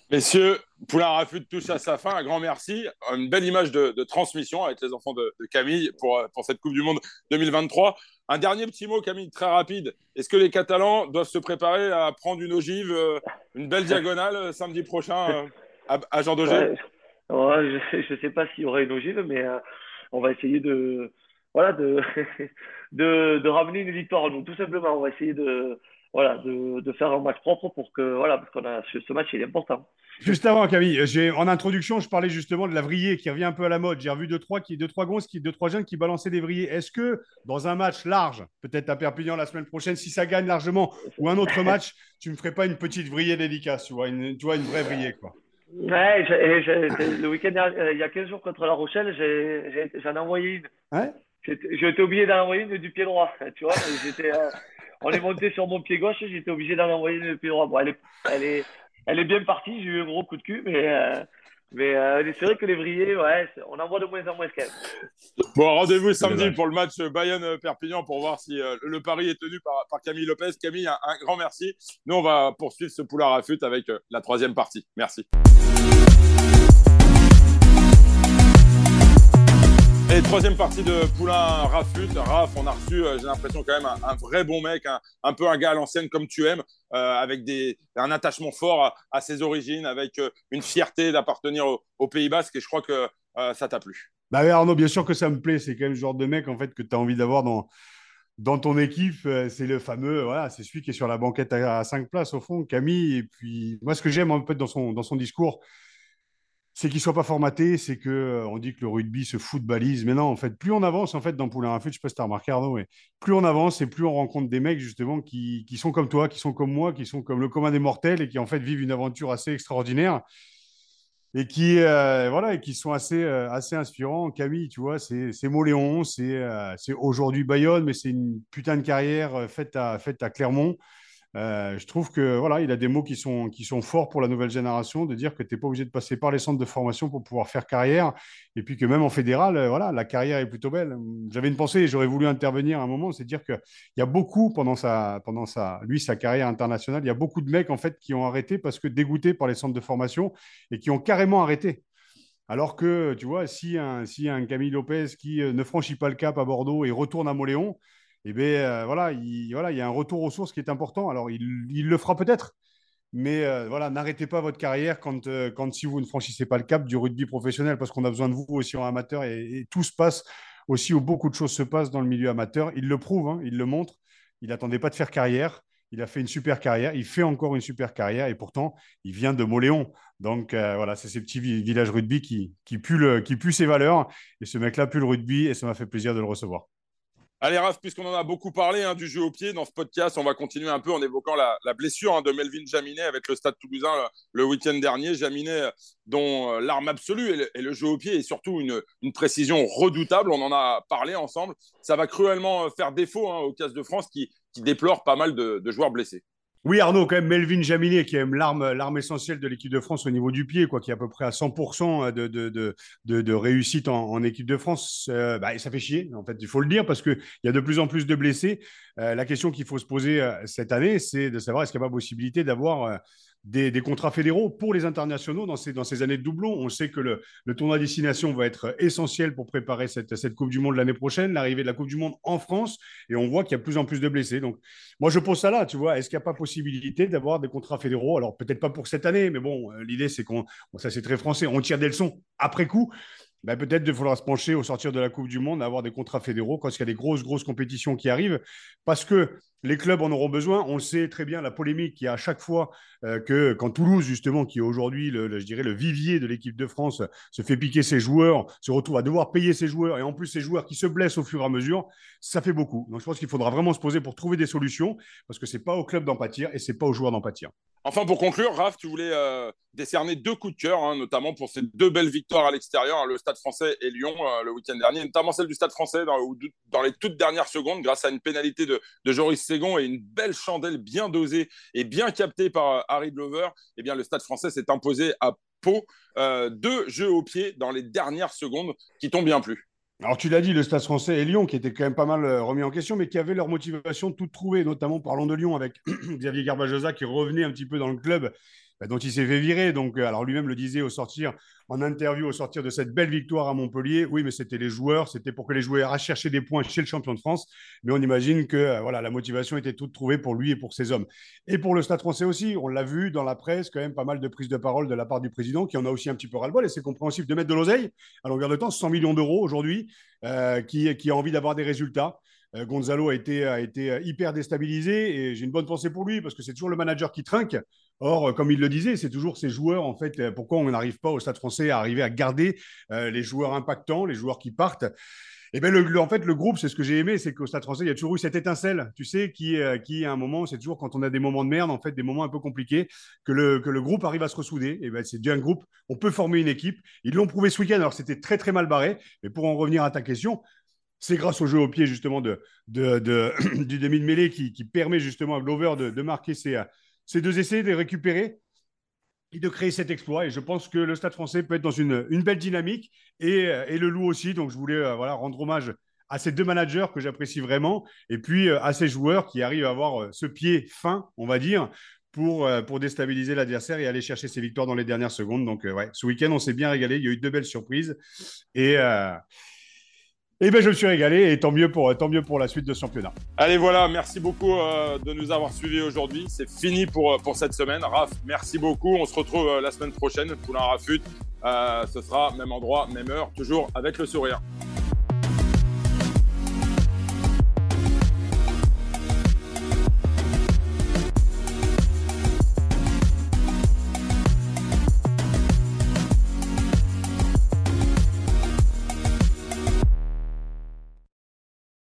S3: Messieurs, Poulain Rafut touche à sa fin. Un grand merci. Une belle image de, de transmission avec les enfants de, de Camille pour, pour cette Coupe du Monde deux mille vingt-trois. Un dernier petit mot, Camille, très rapide. Est-ce que les Catalans doivent se préparer à prendre une ogive, une belle diagonale samedi prochain à, à Jean Daugé?
S4: Ouais, ouais, je ne sais pas s'il y aura une ogive, mais euh, on va essayer de, voilà, de, de, de ramener une victoire. Donc, tout simplement, on va essayer de, voilà, de, de faire un match propre pour que, voilà, parce qu'on a ce, ce match, il est important.
S2: Juste avant, Camille, j'ai, en introduction, je parlais justement de la vrillée qui revient un peu à la mode. J'ai revu deux, trois, qui, deux, trois gonzes, qui, deux, trois jeunes qui balançaient des vrillés. Est-ce que dans un match large, peut-être à Perpignan la semaine prochaine, si ça gagne largement, ou un autre match, tu ne me ferais pas une petite vrillée dédicace, tu vois, une, tu vois, une vraie vrillée, quoi.
S4: Ouais, j'ai- j'ai- j'ai- le week-end, dernier- euh, il y a quinze jours contre La Rochelle, j'ai, j'ai- j'en ai envoyé une.
S2: Ouais.
S4: J'ai j'ai été obligé d'en envoyer une du pied droit, tu vois. J'étais, euh, on est monté sur mon pied gauche, j'étais obligé d'en envoyer une du pied droit. Bon, elle est, elle est, elle est bien partie, j'ai eu un gros coup de cul, mais, euh, mais euh, c'est vrai que les vrillés, ouais, c'est- on en voit de moins en moins quand même.
S3: Bon, rendez-vous
S2: C'est
S3: samedi
S2: dommage.
S3: pour le match Bayonne-Perpignan pour voir si euh, le pari est tenu par, par Camille Lopez. Camille, un, un grand merci. Nous, on va poursuivre ce Poulain Rafut avec euh, la troisième partie. Merci. Et troisième partie de Poulain Rafut. Raph, on a reçu, euh, j'ai l'impression quand même, un, un vrai bon mec, un, un peu un gars à l'ancienne comme tu aimes, euh, avec des, un attachement fort à, à ses origines, avec euh, une fierté d'appartenir au, au Pays Basque. Et je crois que euh, ça t'a plu.
S2: Bah oui, Arnaud, bien sûr que ça me plaît. C'est quand même le genre de mec en fait que tu as envie d'avoir dans, dans ton équipe. Euh, C'est le fameux, voilà, c'est celui qui est sur la banquette à, à cinq places au fond, Camille. Et puis moi, ce que j'aime en fait dans son, dans son discours, c'est qu'il soit pas formaté. C'est que euh, on dit que le rugby se footballise, mais non, en fait, plus on avance en fait dans Poulain Rafut, je sais pas si t'as remarqué Arnaud, mais plus on avance et plus on rencontre des mecs justement qui, qui sont comme toi, qui sont comme moi, qui sont comme le commun des mortels et qui en fait vivent une aventure assez extraordinaire et qui euh, voilà et qui sont assez euh, assez inspirants. Camille, tu vois, c'est c'est Moléon, c'est euh, c'est aujourd'hui Bayonne, mais c'est une putain de carrière euh, faite à faite à Clermont. Euh, je trouve que voilà, il a des mots qui sont qui sont forts pour la nouvelle génération, de dire que tu n'es pas obligé de passer par les centres de formation pour pouvoir faire carrière, et puis que même en fédéral, euh, voilà, la carrière est plutôt belle. J'avais une pensée, et j'aurais voulu intervenir à un moment, c'est dire que il y a beaucoup pendant sa pendant sa lui sa carrière internationale, il y a beaucoup de mecs en fait qui ont arrêté parce que dégoûtés par les centres de formation et qui ont carrément arrêté. Alors que, tu vois, si un, si un Camille Lopez qui euh, ne franchit pas le cap à Bordeaux et retourne à Moléon, eh bien, euh, voilà, il, voilà, il y a un retour aux sources qui est important. Alors, il, il le fera peut-être, mais euh, voilà, n'arrêtez pas votre carrière quand, euh, quand si vous ne franchissez pas le cap du rugby professionnel, parce qu'on a besoin de vous aussi en amateur et, et tout se passe aussi où beaucoup de choses se passent dans le milieu amateur. Il le prouve, hein, il le montre. Il n'attendait pas de faire carrière. Il a fait une super carrière. Il fait encore une super carrière et pourtant, il vient de Moléon. Donc euh, voilà, c'est ces petits villages rugby qui, qui, puent le, qui puent ses valeurs. Et ce mec-là pue le rugby et ça m'a fait plaisir de le recevoir.
S3: Allez, Raph, puisqu'on en a beaucoup parlé hein, du jeu au pied dans ce podcast, on va continuer un peu en évoquant la, la blessure hein, de Melvin Jaminet avec le Stade Toulousain le, le week-end dernier. Jaminet, dont euh, l'arme absolue est le, est le jeu au pied et surtout une, une précision redoutable. On en a parlé ensemble. Ça va cruellement faire défaut hein, au C A S de France qui, qui déplore pas mal de, de joueurs blessés.
S2: Oui, Arnaud, quand même, Melvin Jaminet, qui est l'arme, l'arme essentielle de l'équipe de France au niveau du pied, quoi, qui est à peu près à cent pour cent de, de, de, de, de réussite en, en équipe de France, euh, bah, ça fait chier, en fait, il faut le dire, parce qu'il y a de plus en plus de blessés. Euh, la question qu'il faut se poser euh, cette année, c'est de savoir est-ce qu'il y a pas possibilité d'avoir euh, des, des contrats fédéraux pour les internationaux dans ces, dans ces années de doublons. On sait que le, le tournoi destination va être essentiel pour préparer cette, cette Coupe du Monde l'année prochaine, l'arrivée de la Coupe du Monde en France, et on voit qu'il y a de plus en plus de blessés. Donc, moi, je pose ça là, tu vois. Est-ce qu'il n'y a pas possibilité d'avoir des contrats fédéraux? Alors, peut-être pas pour cette année, mais bon, euh, l'idée, c'est qu'on, bon, ça c'est très français, on tire des leçons après coup. Ben, peut-être qu'il faudra se pencher au sortir de la Coupe du Monde, à avoir des contrats fédéraux quand il y a des grosses, grosses compétitions qui arrivent, parce que les clubs en auront besoin. On le sait très bien, la polémique qu'il y a à chaque fois euh, que quand Toulouse, justement, qui est aujourd'hui, le, le, je dirais, le vivier de l'équipe de France, se fait piquer ses joueurs, se retrouve à devoir payer ses joueurs, et en plus ces joueurs qui se blessent au fur et à mesure, ça fait beaucoup. Donc je pense qu'il faudra vraiment se poser pour trouver des solutions, parce que ce n'est pas au club d'en pâtir et ce n'est pas aux joueurs d'en pâtir.
S3: Enfin, pour conclure, Raph, tu voulais euh, décerner deux coups de cœur, hein, notamment pour ces deux belles victoires à l'extérieur, hein, le Stade français et Lyon euh, le week-end dernier, notamment celle du Stade français dans, dans les toutes dernières secondes, grâce à une pénalité de, de Joris Ségon et une belle chandelle bien dosée et bien captée par euh, Harry Glover. Eh bien, le Stade français s'est imposé à Pau, euh, deux jeux au pied dans les dernières secondes qui t'ont bien plu.
S2: Alors, tu l'as dit, le Stade français et Lyon, qui étaient quand même pas mal euh, remis en question, mais qui avaient leur motivation toute trouvée, notamment parlons de Lyon avec Xavier Garbajosa qui revenait un petit peu dans le club bah, dont il s'est fait virer. Donc, alors lui-même le disait au sortir, en interview, au sortir de cette belle victoire à Montpellier. Oui, mais c'était les joueurs, c'était pour que les joueurs aillent chercher des points chez le champion de France. Mais on imagine que euh, voilà, la motivation était toute trouvée pour lui et pour ses hommes. Et pour le Stade Français aussi, on l'a vu dans la presse, quand même pas mal de prises de parole de la part du président qui en a aussi un petit peu ras-le-bol. Et c'est compréhensible de mettre de l'oseille à longueur de temps, cent millions d'euros aujourd'hui, euh, qui, qui a envie d'avoir des résultats. Euh, Gonzalo a été, a été hyper déstabilisé et j'ai une bonne pensée pour lui parce que c'est toujours le manager qui trinque. Or, comme il le disait, c'est toujours ces joueurs, en fait, pourquoi on n'arrive pas au Stade Français à arriver à garder euh, les joueurs impactants, les joueurs qui partent. Et ben le, le, en fait, le groupe, c'est ce que j'ai aimé, c'est qu'au Stade Français, il y a toujours eu cette étincelle, tu sais, qui, euh, qui à un moment, c'est toujours quand on a des moments de merde, en fait, des moments un peu compliqués, que le, que le groupe arrive à se ressouder. Et ben c'est déjà un groupe, on peut former une équipe. Ils l'ont prouvé ce week-end, alors c'était très, très mal barré. Mais pour en revenir à ta question, c'est grâce au jeu au pied, justement, de, de, de, du demi de mêlée qui, qui permet justement à Glover de, de marquer ses, ses deux essais, de les récupérer et de créer cet exploit. Et je pense que le Stade Français peut être dans une, une belle dynamique et, et le Loup aussi. Donc, je voulais euh, voilà, rendre hommage à ces deux managers que j'apprécie vraiment et puis euh, à ces joueurs qui arrivent à avoir euh, ce pied fin, on va dire, pour, euh, pour déstabiliser l'adversaire et aller chercher ses victoires dans les dernières secondes. Donc, euh, ouais, ce week-end, on s'est bien régalé. Il y a eu deux belles surprises. Et, euh, et ben, je me suis régalé et tant mieux pour, tant mieux pour la suite de ce championnat.
S3: Allez, voilà, merci beaucoup euh, de nous avoir suivis aujourd'hui. C'est fini pour, pour cette semaine. Raph, merci beaucoup. On se retrouve euh, la semaine prochaine. Poulain Rafut, euh, ce sera même endroit, même heure, toujours avec le sourire.